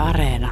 Areena.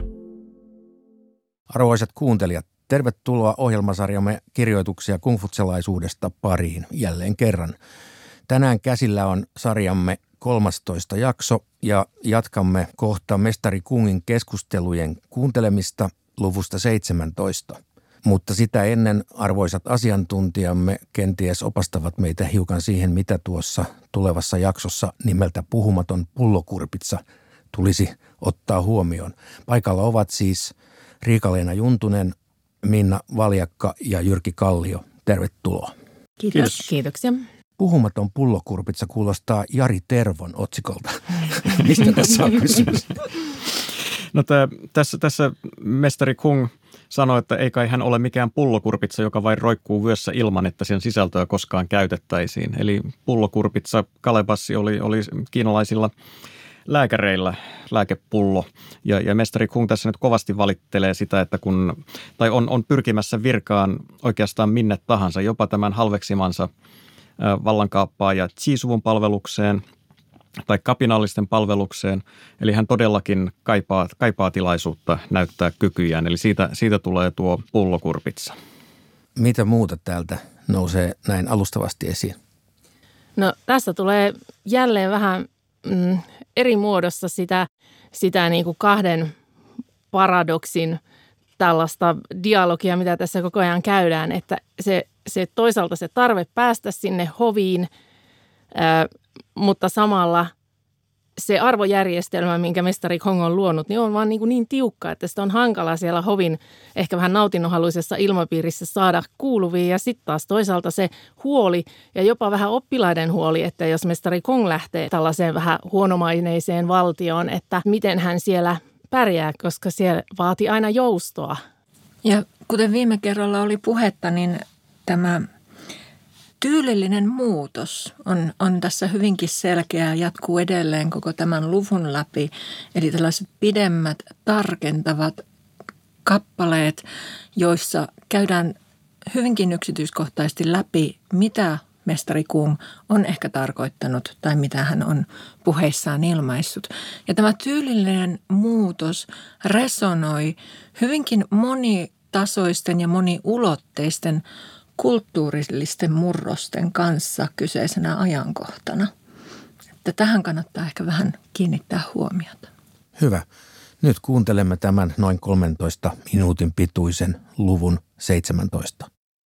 Arvoisat kuuntelijat, tervetuloa ohjelmasarjamme kirjoituksia kungfutselaisuudesta pariin jälleen kerran. Tänään käsillä on sarjamme 13. jakso ja jatkamme kohta Mestari Kungin keskustelujen kuuntelemista luvusta 17. Mutta sitä ennen arvoisat asiantuntijamme kenties opastavat meitä hiukan siihen, mitä tuossa tulevassa jaksossa nimeltä Puhumaton pullokurpitsa tulisi ottaa huomioon. Paikalla ovat siis Riika-Leena Juntunen, Minna Valjakka ja Jyrki Kallio. Tervetuloa. Kiitos. Kiitoksia. Puhumaton pullokurpitsa kuulostaa Jari Tervon otsikolta. Mistä tässä on kysymys? No tässä Mestari Kung sanoi, että ei kai hän ole mikään pullokurpitsa, joka vain roikkuu vyössä ilman, että sen sisältöä koskaan käytettäisiin. Eli pullokurpitsa Kalebassi oli kiinalaisilla lääkäreillä lääkepullo. Ja Mestari Kung tässä nyt kovasti valittelee sitä, että on pyrkimässä virkaan oikeastaan minne tahansa, jopa tämän halveksimansa vallankaappaaja Qi-suvun palvelukseen tai kapinallisten palvelukseen. Eli hän todellakin kaipaa tilaisuutta näyttää kykyjään. Eli siitä tulee tuo pullokurpitsa. Mitä muuta täältä nousee näin alustavasti esiin? No tässä tulee jälleen vähän eri muodossa sitä niin kuin kahden paradoksin tällaista dialogia, mitä tässä koko ajan käydään, että se toisaalta se tarve päästä sinne hoviin, mutta samalla se arvojärjestelmä, minkä Mestari Kung on luonut, niin on vaan niin tiukka, että sitä on hankala siellä hovin ehkä vähän nautinnonhaluisessa ilmapiirissä saada kuuluviin. Ja sitten taas toisaalta se huoli ja jopa vähän oppilaiden huoli, että jos Mestari Kung lähtee tällaiseen vähän huonomaineiseen valtioon, että miten hän siellä pärjää, koska siellä vaati aina joustoa. Ja kuten viime kerralla oli puhetta, niin tämä tyylillinen muutos on tässä hyvinkin selkeä ja jatkuu edelleen koko tämän luvun läpi. Eli tällaiset pidemmät, tarkentavat kappaleet, joissa käydään hyvinkin yksityiskohtaisesti läpi, mitä Mestari Kung on ehkä tarkoittanut tai mitä hän on puheissaan ilmaissut. Ja tämä tyylillinen muutos resonoi hyvinkin monitasoisten ja moniulotteisten kulttuurillisten murrosten kanssa kyseisenä ajankohtana. Että tähän kannattaa ehkä vähän kiinnittää huomiota. Hyvä. Nyt kuuntelemme tämän noin 13 minuutin pituisen luvun 17.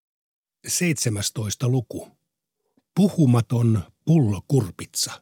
17. luku. Puhumaton pullokurpitsa.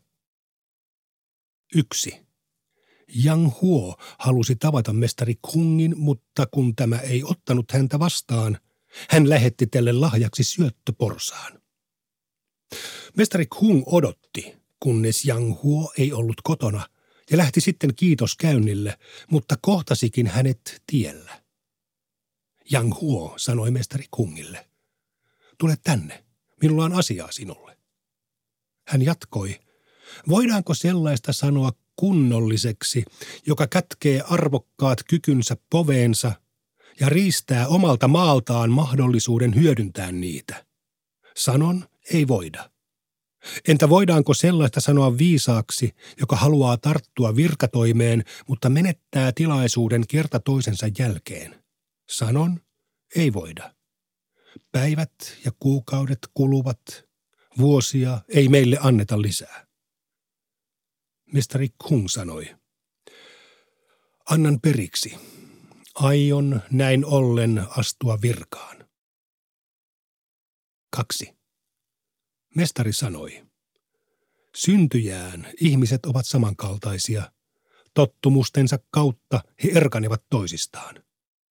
1. Yang Huo halusi tavata Mestari Kungin, mutta kun tämä ei ottanut häntä vastaan, hän lähetti tälle lahjaksi syöttöporsaan. Mestari Kung odotti, kunnes Yang Huo ei ollut kotona ja lähti sitten kiitoskäynnille, mutta kohtasikin hänet tiellä. Yang Huo sanoi Mestari Kungille, tule tänne, minulla on asiaa sinulle. Hän jatkoi, voidaanko sellaista sanoa kunnolliseksi, joka kätkee arvokkaat kykynsä poveensa ja riistää omalta maaltaan mahdollisuuden hyödyntää niitä? Sanon, ei voida. Entä voidaanko sellaista sanoa viisaaksi, joka haluaa tarttua virkatoimeen, mutta menettää tilaisuuden kerta toisensa jälkeen? Sanon, ei voida. Päivät ja kuukaudet kuluvat, vuosia ei meille anneta lisää. Mestari Kung sanoi, annan periksi. Aion näin ollen astua virkaan. 2. Mestari sanoi, syntyjään ihmiset ovat samankaltaisia. Tottumustensa kautta he erkanevat toisistaan.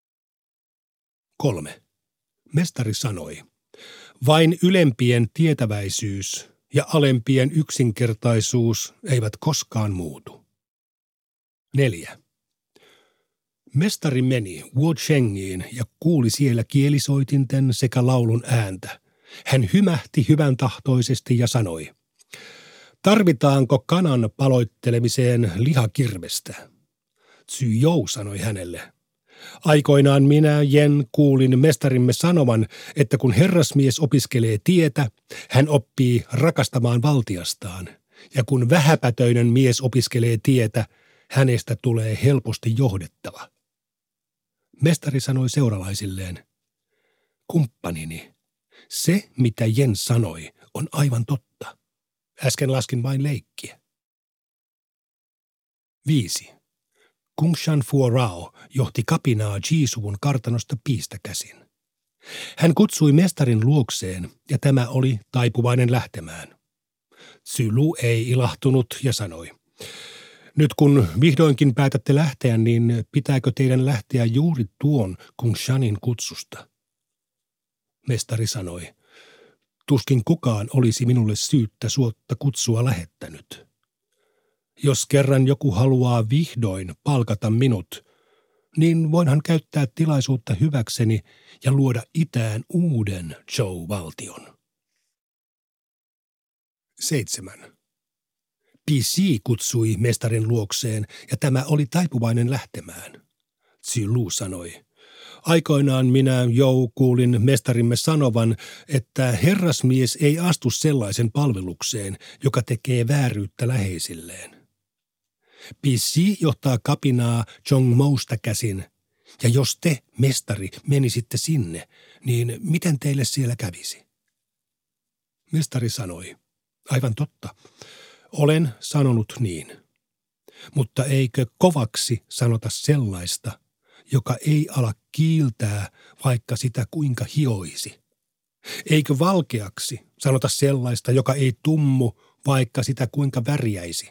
3. Mestari sanoi, vain ylempien tietäväisyys ja alempien yksinkertaisuus eivät koskaan muutu. 4. Mestari meni Wuchengiin ja kuuli siellä kielisoitinten sekä laulun ääntä. Hän hymähti hyvän tahtoisesti ja sanoi, tarvitaanko kanan paloittelemiseen lihakirvestä? Zhu Jou sanoi hänelle, aikoinaan minä, Jen, kuulin mestarimme sanoman, että kun herrasmies opiskelee tietä, hän oppii rakastamaan valtiastaan. Ja kun vähäpätöinen mies opiskelee tietä, Hänestä tulee helposti johdettava. Mestari sanoi seuralaisilleen, kumppanini, se mitä Jens sanoi on aivan totta. Äsken laskin vain leikkiä. 5. Kung Shan Fuo Rao johti kapinaa Jisuvun kartanosta piistä käsin. Hän kutsui mestarin luokseen ja tämä oli taipuvainen lähtemään. Zylu ei ilahtunut ja sanoi, nyt kun vihdoinkin päätätte lähteä, niin pitääkö teidän lähteä juuri tuon Kung Shanin kutsusta? Mestari sanoi, tuskin kukaan olisi minulle syyttä suotta kutsua lähettänyt. Jos kerran joku haluaa vihdoin palkata minut, niin voinhan käyttää tilaisuutta hyväkseni ja luoda itään uuden Zhou-valtion. 7. Pisi kutsui mestarin luokseen ja tämä oli taipuvainen lähtemään. Zylu sanoi, aikoinaan minä kuulin mestarimme sanovan, että herrasmies ei astu sellaisen palvelukseen, joka tekee vääryyttä läheisilleen. Pisi johtaa kapinaa Zhongmousta käsin, ja jos te, mestari, menisitte sinne, niin miten teille siellä kävisi? Mestari sanoi, aivan totta, olen sanonut niin, mutta eikö kovaksi sanota sellaista, joka ei ala kiiltää, vaikka sitä kuinka hioisi? Eikö valkeaksi sanota sellaista, joka ei tummu, vaikka sitä kuinka värjäisi?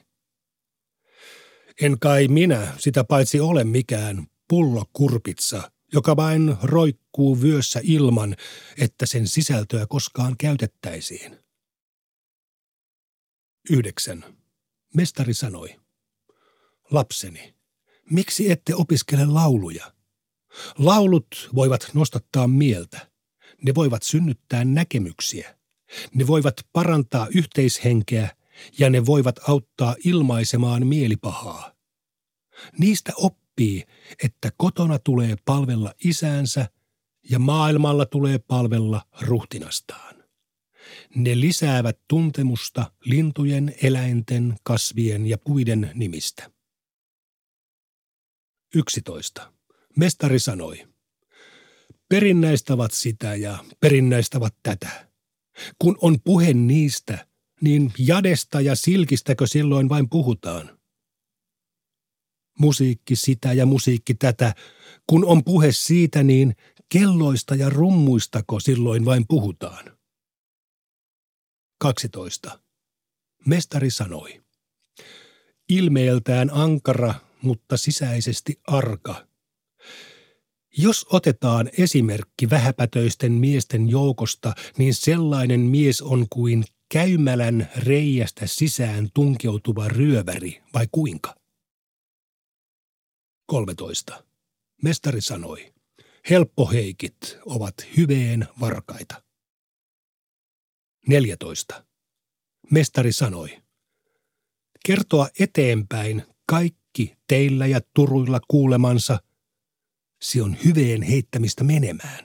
En kai minä sitä paitsi ole mikään pullokurpitsa, joka vain roikkuu vyössä ilman, että sen sisältöä koskaan käytettäisiin. 9. Mestari sanoi, lapseni, miksi ette opiskele lauluja? Laulut voivat nostattaa mieltä, ne voivat synnyttää näkemyksiä, ne voivat parantaa yhteishenkeä ja ne voivat auttaa ilmaisemaan mielipahaa. Niistä oppii, että kotona tulee palvella isäänsä ja maailmalla tulee palvella ruhtinastaan. Ne lisäävät tuntemusta lintujen, eläinten, kasvien ja puiden nimistä. 11. Mestari sanoi, perinnäistävät sitä ja perinnäistävät tätä. Kun on puhe niistä, niin jadesta ja silkistäkö silloin vain puhutaan? Musiikki sitä ja musiikki tätä. Kun on puhe siitä, niin kelloista ja rummuistako silloin vain puhutaan? 12. Mestari sanoi, ilmeeltään ankara, mutta sisäisesti arka. Jos otetaan esimerkki vähäpätöisten miesten joukosta, niin sellainen mies on kuin käymälän reiästä sisään tunkeutuva ryöväri, vai kuinka? 13. Mestari sanoi, helppoheikit ovat hyveen varkaita. 14. Mestari sanoi, kertoa eteenpäin kaikki teillä ja turuilla kuulemansa, se on hyveen heittämistä menemään.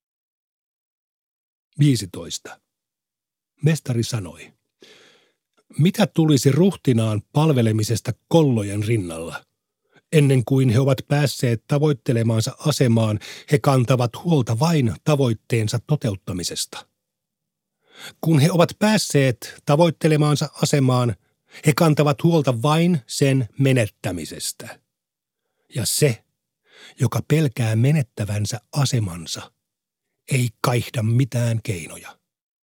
15. Mestari sanoi, mitä tulisi ruhtinaan palvelemisesta kollojen rinnalla? Ennen kuin he ovat päässeet tavoittelemaansa asemaan, he kantavat huolta vain tavoitteensa toteuttamisesta. Kun he ovat päässeet tavoittelemaansa asemaan, he kantavat huolta vain sen menettämisestä. Ja se, joka pelkää menettävänsä asemansa, ei kaihda mitään keinoja.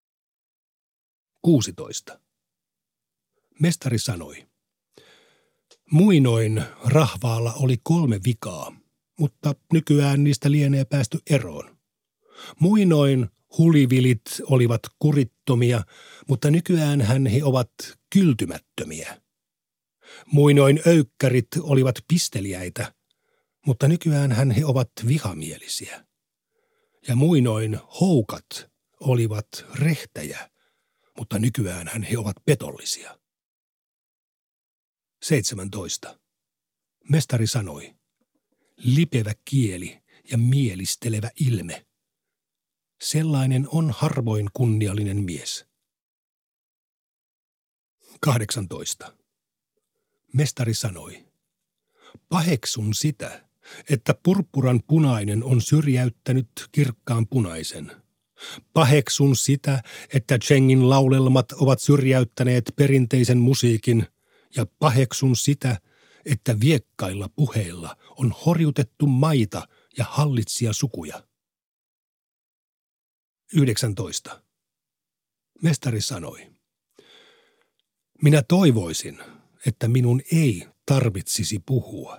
16. Mestari sanoi, muinoin rahvaalla oli 3 vikaa, mutta nykyään niistä lienee päästy eroon. Muinoin hulivilit olivat kurittomia, mutta nykyään he ovat kyltymättömiä. Muinoin öykkärit olivat pisteliäitä, mutta nykyään he ovat vihamielisiä. Ja muinoin houkat olivat rehtejä, mutta nykyään he ovat petollisia. 17. Mestari sanoi, lipevä kieli ja mielistelevä ilme. Sellainen on harvoin kunniallinen mies. 18. Mestari sanoi, Paheksun sitä, että purppuran punainen on syrjäyttänyt kirkkaan punaisen. Paheksun sitä, että Chengin laulelmat ovat syrjäyttäneet perinteisen musiikin, ja paheksun sitä, että viekkailla puheilla on horjutettu maita ja hallitsijasukuja. 19. Mestari sanoi, minä toivoisin, että minun ei tarvitsisi puhua.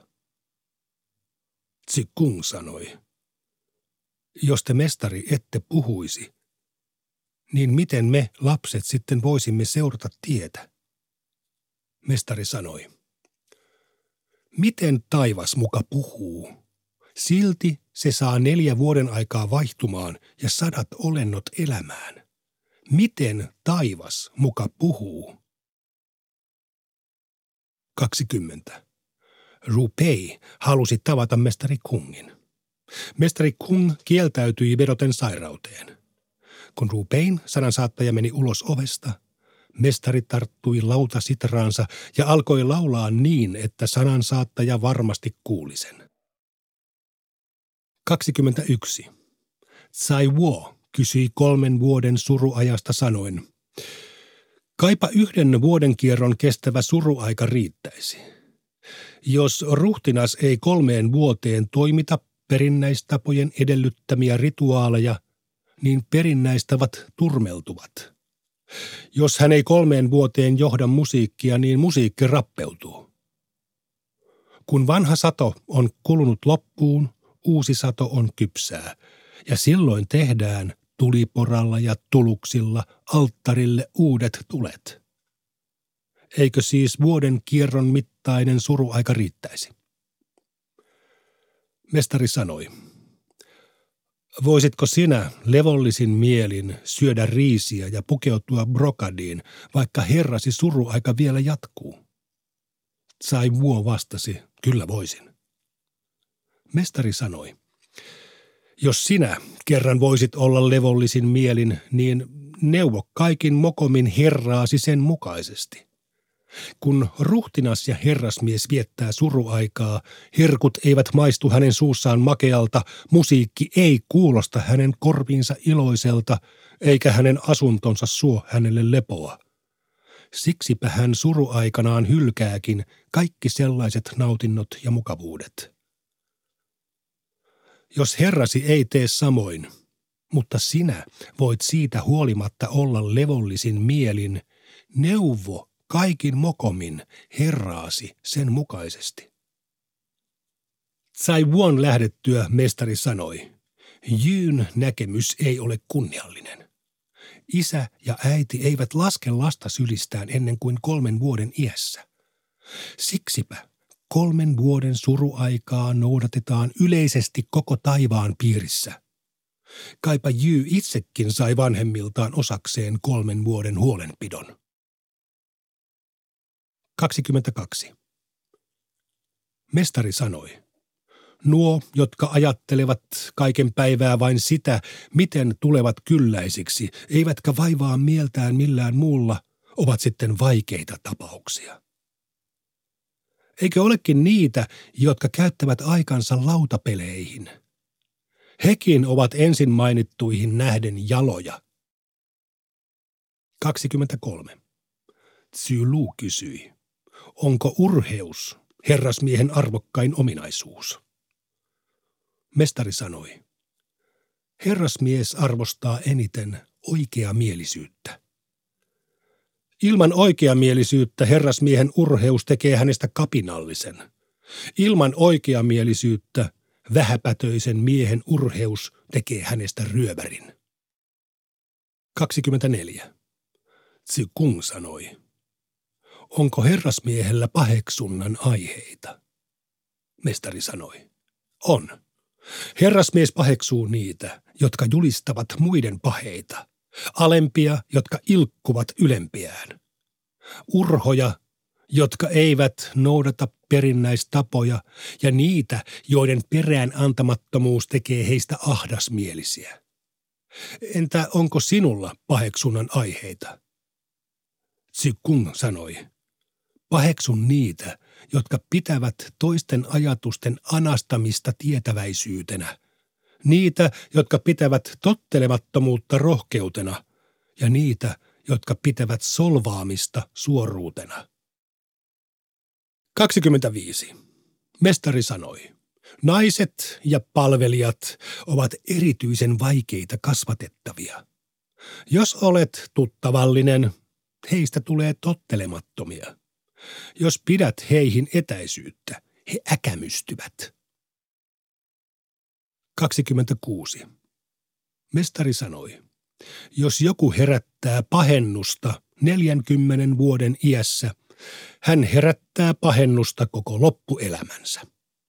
Tsi Kung sanoi, jos te mestari ette puhuisi, niin miten me lapset sitten voisimme seurata tietä? Mestari sanoi, miten taivas muka puhuu? Silti se saa 4 vuoden aikaa vaihtumaan ja 100 olennot elämään. Miten taivas muka puhuu? 20. Ru Pei halusi tavata mestari Kungin. Mestari Kung kieltäytyi vedoten sairauteen. Kun Ru Pein sanansaattaja meni ulos ovesta, mestari tarttui lautasitraansa ja alkoi laulaa niin, että sanansaattaja varmasti kuuli sen. 21. Tsai Wo kysyi 3 vuoden suruajasta sanoen, kaipa 1 vuoden kierron kestävä suruaika riittäisi. Jos ruhtinas ei 3 vuoteen toimita perinnäistapojen edellyttämiä rituaaleja, niin perinnäistavat turmeltuvat. Jos hän ei 3 vuoteen johda musiikkia, niin musiikki rappeutuu. Kun vanha sato on kulunut loppuun, uusi sato on kypsää, ja silloin tehdään tuliporalla ja tuluksilla alttarille uudet tulet. Eikö siis vuoden kierron mittainen suruaika riittäisi? Mestari sanoi, voisitko sinä levollisin mielin syödä riisiä ja pukeutua brokadiin, vaikka herrasi suruaika vielä jatkuu? Tsai Wo vastasi, kyllä voisin. Mestari sanoi, jos sinä kerran voisit olla levollisin mielin, niin neuvo kaikin mokomin herraasi sen mukaisesti. Kun ruhtinas ja herrasmies viettää suruaikaa, herkut eivät maistu hänen suussaan makealta, musiikki ei kuulosta hänen korviinsa iloiselta, eikä hänen asuntonsa suo hänelle lepoa. Siksipä hän suruaikanaan hylkääkin kaikki sellaiset nautinnot ja mukavuudet. Jos herrasi ei tee samoin, mutta sinä voit siitä huolimatta olla levollisin mielin, neuvo kaikin mokomin herraasi sen mukaisesti. Tsai Won lähdettyä mestari sanoi, Jyn näkemys ei ole kunniallinen. Isä ja äiti eivät laske lasta sylistään ennen kuin 3 vuoden iässä. Siksipä 3 vuoden suruaikaa noudatetaan yleisesti koko taivaan piirissä. Kaipa Jy itsekin sai vanhemmiltaan osakseen 3 vuoden huolenpidon. 22. Mestari sanoi, nuo, jotka ajattelevat kaiken päivää vain sitä, miten tulevat kylläisiksi, eivätkä vaivaa mieltään millään muulla, ovat sitten vaikeita tapauksia. Eikö olekin niitä, jotka käyttävät aikansa lautapeleihin? Hekin ovat ensin mainittuihin nähden jaloja. 23. Tzu Lu kysyi, onko urheus herrasmiehen arvokkain ominaisuus? Mestari sanoi, herrasmies arvostaa eniten oikeamielisyyttä. Ilman oikeamielisyyttä herrasmiehen urheus tekee hänestä kapinallisen. Ilman oikeamielisyyttä vähäpätöisen miehen urheus tekee hänestä ryövärin. 24. Tzu Kung sanoi, onko herrasmiehellä paheksunnan aiheita? Mestari sanoi, on. Herrasmies paheksuu niitä, jotka julistavat muiden paheita, alempia, jotka ilkkuvat ylempiään, urhoja, jotka eivät noudata perinnäistapoja, ja niitä, joiden perään antamattomuus tekee heistä ahdasmielisiä. Entä onko sinulla paheksunnan aiheita? Tzu Kung sanoi, paheksun niitä, jotka pitävät toisten ajatusten anastamista tietäväisyytenä. Niitä, jotka pitävät tottelemattomuutta rohkeutena ja niitä, jotka pitävät solvaamista suoruutena. 25. Mestari sanoi, naiset ja palvelijat ovat erityisen vaikeita kasvatettavia. Jos olet tuttavallinen, heistä tulee tottelemattomia. Jos pidät heihin etäisyyttä, he äkämystyvät. 26. Mestari sanoi, jos joku herättää pahennusta 40 vuoden iässä, hän herättää pahennusta koko loppuelämänsä.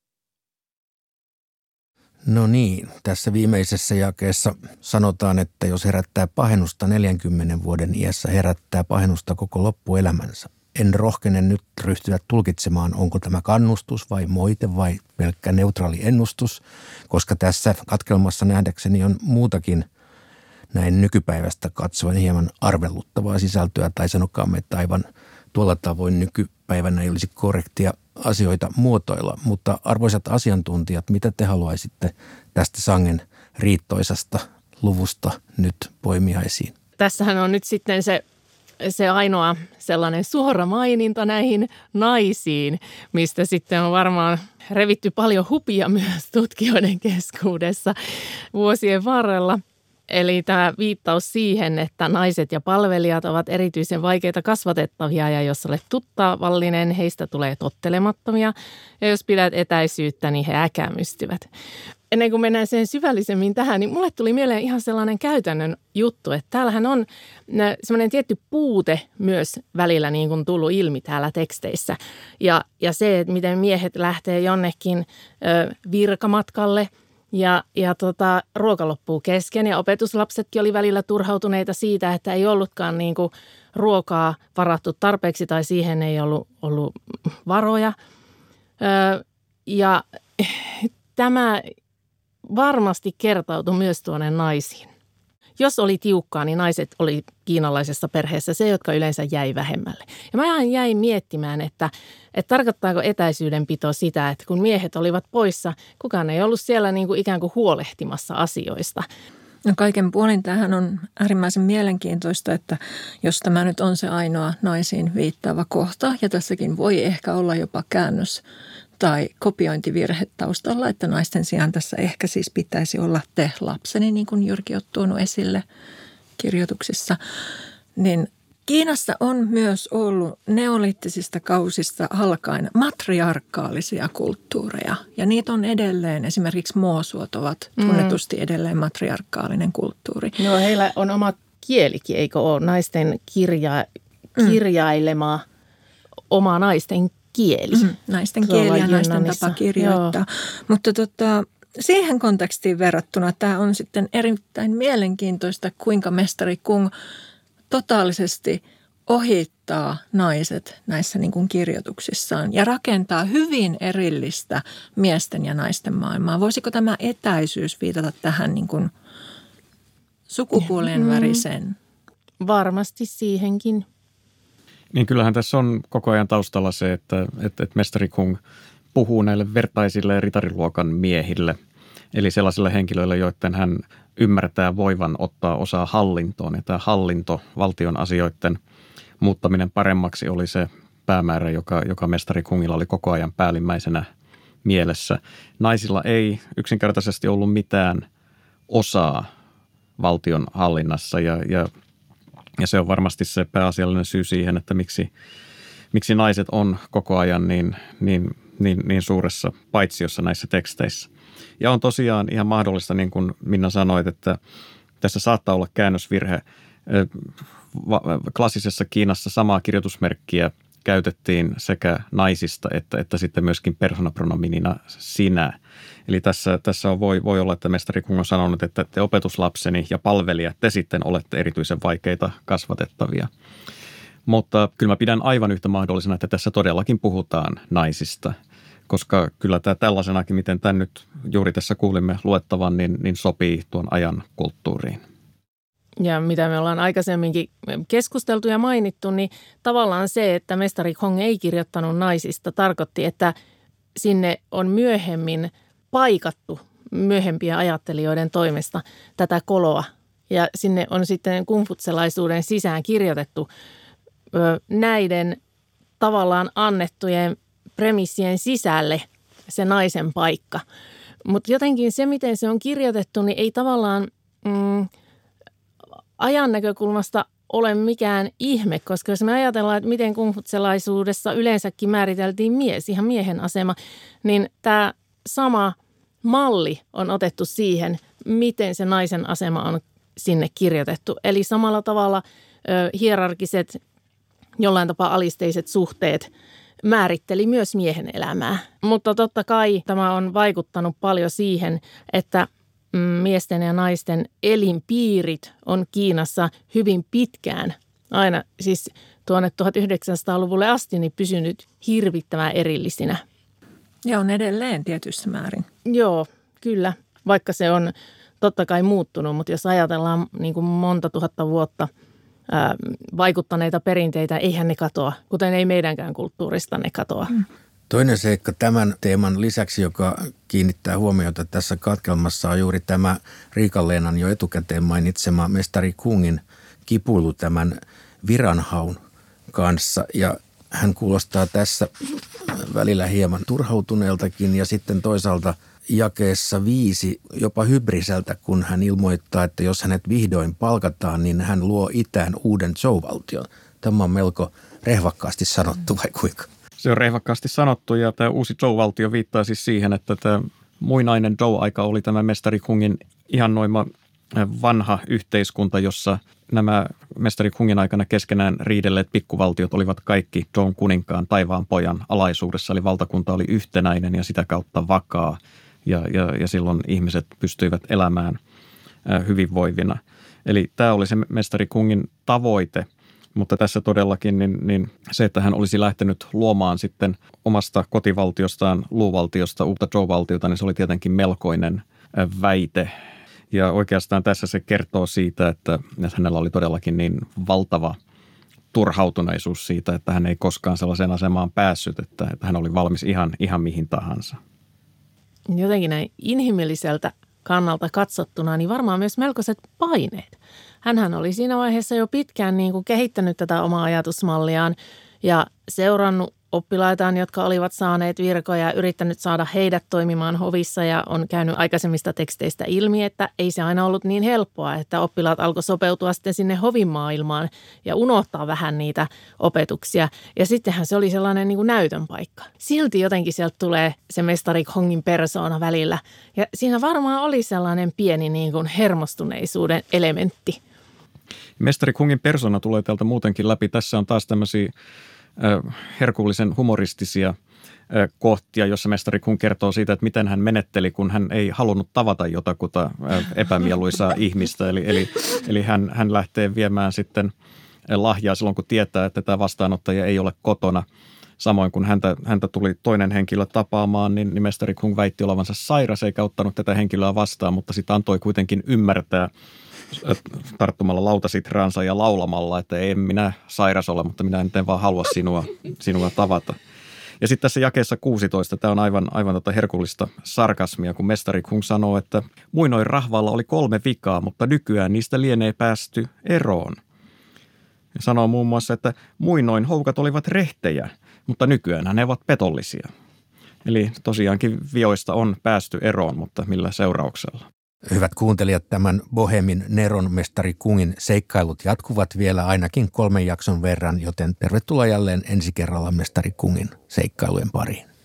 No niin, tässä viimeisessä jakeessa sanotaan, että jos herättää pahennusta 40 vuoden iässä, herättää pahennusta koko loppuelämänsä. En rohkene nyt ryhtyä tulkitsemaan, onko tämä kannustus vai moite vai pelkkä neutraali ennustus, koska tässä katkelmassa nähdäkseni on muutakin näin nykypäivästä katsoen hieman arveluttavaa sisältöä, tai sanokaamme, että aivan tuolla tavoin nykypäivänä ei olisi korrektia asioita muotoilla. Mutta arvoisat asiantuntijat, mitä te haluaisitte tästä sangen riittoisasta luvusta nyt poimia esiin? Tässähän on nyt sitten se ainoa sellainen suora maininta näihin naisiin, mistä sitten on varmaan revitty paljon hupia myös tutkijoiden keskuudessa vuosien varrella. Eli tämä viittaus siihen, että naiset ja palvelijat ovat erityisen vaikeita kasvatettavia ja jos olet tuttavallinen, heistä tulee tottelemattomia ja jos pidät etäisyyttä, niin he äkämystyvät. Ennen kuin mennään sen syvällisemmin tähän, niin mulle tuli mieleen ihan sellainen käytännön juttu, että täällähän on semmoinen tietty puute myös välillä niin kuin tullut ilmi täällä teksteissä. Ja se, että miten miehet lähtee jonnekin virkamatkalle ja ruoka loppuu kesken ja opetuslapsetkin oli välillä turhautuneita siitä, että ei ollutkaan niin kuin ruokaa varattu tarpeeksi tai siihen ei ollut varoja. Ja tämä varmasti kertautui myös tuonne naisiin. Jos oli tiukkaa, niin naiset oli kiinalaisessa perheessä se, jotka yleensä jäi vähemmälle. Ja mä jäin miettimään, että tarkoittaako etäisyydenpito sitä, että kun miehet olivat poissa, kukaan ei ollut siellä niin kuin ikään kuin huolehtimassa asioista. No kaiken puolin tämähän on äärimmäisen mielenkiintoista, että jos tämä nyt on se ainoa naisiin viittaava kohta, ja tässäkin voi ehkä olla jopa käännös tai kopiointivirhe taustalla, että naisten sijaan tässä ehkä siis pitäisi olla te lapseni, niin kuin Jyrki on tuonut esille kirjoituksissa. Niin Kiinassa on myös ollut neoliittisista kausista alkaen matriarkaalisia kulttuureja. Ja niitä on edelleen, esimerkiksi moosuot ovat tunnetusti edelleen matriarkaalinen kulttuuri. No heillä on oma kielikin, eikö ole naisten kirjailema oma naisten kieli. Naisten kieli ja naisten tapa kirjoittaa. Joo. Mutta siihen kontekstiin verrattuna tämä on sitten erittäin mielenkiintoista, kuinka mestari Kung totaalisesti ohittaa naiset näissä niin kuin kirjoituksissaan ja rakentaa hyvin erillistä miesten ja naisten maailmaa. Voisiko tämä etäisyys viitata tähän niin kuin sukupuolien väriseen? Varmasti siihenkin. Niin kyllähän tässä on koko ajan taustalla se, että mestari Kung puhuu näille vertaisille ritariluokan miehille, eli sellaisille henkilöille, joiden hän ymmärtää voivan ottaa osaa hallintoon. Ja tämä hallinto, valtion asioiden muuttaminen paremmaksi oli se päämäärä, joka mestari Kungilla oli koko ajan päällimmäisenä mielessä. Naisilla ei yksinkertaisesti ollut mitään osaa valtion hallinnassa ja se on varmasti se pääasiallinen syy siihen, että miksi naiset on koko ajan niin suuressa paitsiossa näissä teksteissä. Ja on tosiaan ihan mahdollista, niin kuin Minna sanoit, että tässä saattaa olla käännösvirhe. Klassisessa Kiinassa samaa kirjoitusmerkkiä käytettiin sekä naisista että sitten myöskin persoonapronominina sinä. Eli tässä voi olla, että mestari Kung on sanonut, että te opetuslapseni ja palvelijat, te sitten olette erityisen vaikeita kasvatettavia. Mutta kyllä mä pidän aivan yhtä mahdollisena, että tässä todellakin puhutaan naisista, koska kyllä tämä tällaisenakin, miten tämän nyt juuri tässä kuulimme luettavan, niin sopii tuon ajan kulttuuriin. ja mitä me ollaan aikaisemminkin keskusteltu ja mainittu, niin tavallaan se, että mestari Kong ei kirjoittanut naisista, tarkoitti, että sinne on myöhemmin paikattu myöhempien ajattelijoiden toimesta tätä koloa. Ja sinne on sitten kungfutselaisuuden sisään kirjoitettu näiden tavallaan annettujen premissien sisälle se naisen paikka. Mutta jotenkin se, miten se on kirjoitettu, niin ei tavallaan ajan näkökulmasta ole mikään ihme, koska jos me ajatellaan, että miten kungfutselaisuudessa yleensäkin määriteltiin mies, ihan miehen asema, niin tämä sama malli on otettu siihen, miten se naisen asema on sinne kirjoitettu. Eli samalla tavalla hierarkiset, jollain tapaa alisteiset suhteet määritteli myös miehen elämää. Mutta totta kai tämä on vaikuttanut paljon siihen, että miesten ja naisten elinpiirit on Kiinassa hyvin pitkään, aina siis tuonne 1900-luvulle asti, niin pysynyt hirvittävän erillisinä. Ja on edelleen tietyssä määrin. Joo, kyllä. Vaikka se on totta kai muuttunut, mutta jos ajatellaan niin kuin monta tuhatta vuotta vaikuttaneita perinteitä, eihän ne katoa, kuten ei meidänkään kulttuurista ne katoa. Toinen seikka tämän teeman lisäksi, joka kiinnittää huomiota tässä katkelmassa, on juuri tämä Riikan-Leenan jo etukäteen mainitsema mestari Kungin kipuilu tämän viranhaun kanssa. Ja hän kuulostaa tässä välillä hieman turhautuneeltakin ja sitten toisaalta jakeessa 5 jopa hybriseltä, kun hän ilmoittaa, että jos hänet vihdoin palkataan, niin hän luo itään uuden Zhou-valtion. Tämä on melko rehvakkaasti sanottu vai kuinka? Se on rehvakkaasti sanottu ja tämä uusi Zhou-valtio viittaa siis siihen, että tämä muinainen Zhou-aika oli tämä mestari Kungin ihannoima vanha yhteiskunta, jossa nämä mestari Kungin aikana keskenään riidelleet pikkuvaltiot olivat kaikki Zhoun kuninkaan taivaan pojan alaisuudessa, eli valtakunta oli yhtenäinen ja sitä kautta vakaa ja silloin ihmiset pystyivät elämään hyvinvoivina. Eli tämä oli se mestari Kungin tavoite. Mutta tässä todellakin niin se, että hän olisi lähtenyt luomaan sitten omasta kotivaltiostaan, luuvaltiosta, uutta Zhou-valtiota, niin se oli tietenkin melkoinen väite. Ja oikeastaan tässä se kertoo siitä, että hänellä oli todellakin niin valtava turhautuneisuus siitä, että hän ei koskaan sellaiseen asemaan päässyt, että hän oli valmis ihan mihin tahansa. Jotenkin näin inhimilliseltä kannalta katsottuna, niin varmaan myös melkoiset paineet. Hänhän oli siinä vaiheessa jo pitkään niin kuin kehittänyt tätä omaa ajatusmalliaan ja seurannut oppilaitaan, jotka olivat saaneet virkoja ja yrittänyt saada heidät toimimaan hovissa ja on käynyt aikaisemmista teksteistä ilmi, että ei se aina ollut niin helppoa, että oppilaat alkoi sopeutua sitten sinne hovimaailmaan ja unohtaa vähän niitä opetuksia. Ja sittenhän se oli sellainen niin kuin näytön paikka. Silti jotenkin sieltä tulee se mestari Kongin persoona välillä ja siinä varmaan oli sellainen pieni niin kuin hermostuneisuuden elementti. Mestari Kungin persona tulee täältä muutenkin läpi. Tässä on taas tämmöisiä herkullisen humoristisia kohtia, jossa mestari Kung kertoo siitä, että miten hän menetteli, kun hän ei halunnut tavata jotakuta epämieluisaa ihmistä. Eli hän lähtee viemään sitten lahjaa silloin, kun tietää, että tämä vastaanottaja ei ole kotona. Samoin kun häntä tuli toinen henkilö tapaamaan, niin mestari Kung väitti olevansa sairas eikä ottanut tätä henkilöä vastaan, mutta sitten antoi kuitenkin ymmärtää tarttumalla lautasitraansa ja laulamalla, että en minä sairas ole, mutta minä en vaan halua sinua tavata. Ja sitten tässä jakeessa 16, tämä on aivan herkullista sarkasmia, kun mestari Kung sanoo, että muinoin rahvalla oli 3 vikaa, mutta nykyään niistä lienee päästy eroon. Ja sanoo muun muassa, että muinoin houkat olivat rehtejä, mutta nykyään ne ovat petollisia. Eli tosiaankin vioista on päästy eroon, mutta millä seurauksella? Hyvät kuuntelijat, tämän Bohemin Neron mestari Kungin seikkailut jatkuvat vielä ainakin 3 jakson verran, joten tervetuloa jälleen ensi kerralla mestari Kungin seikkailujen pariin.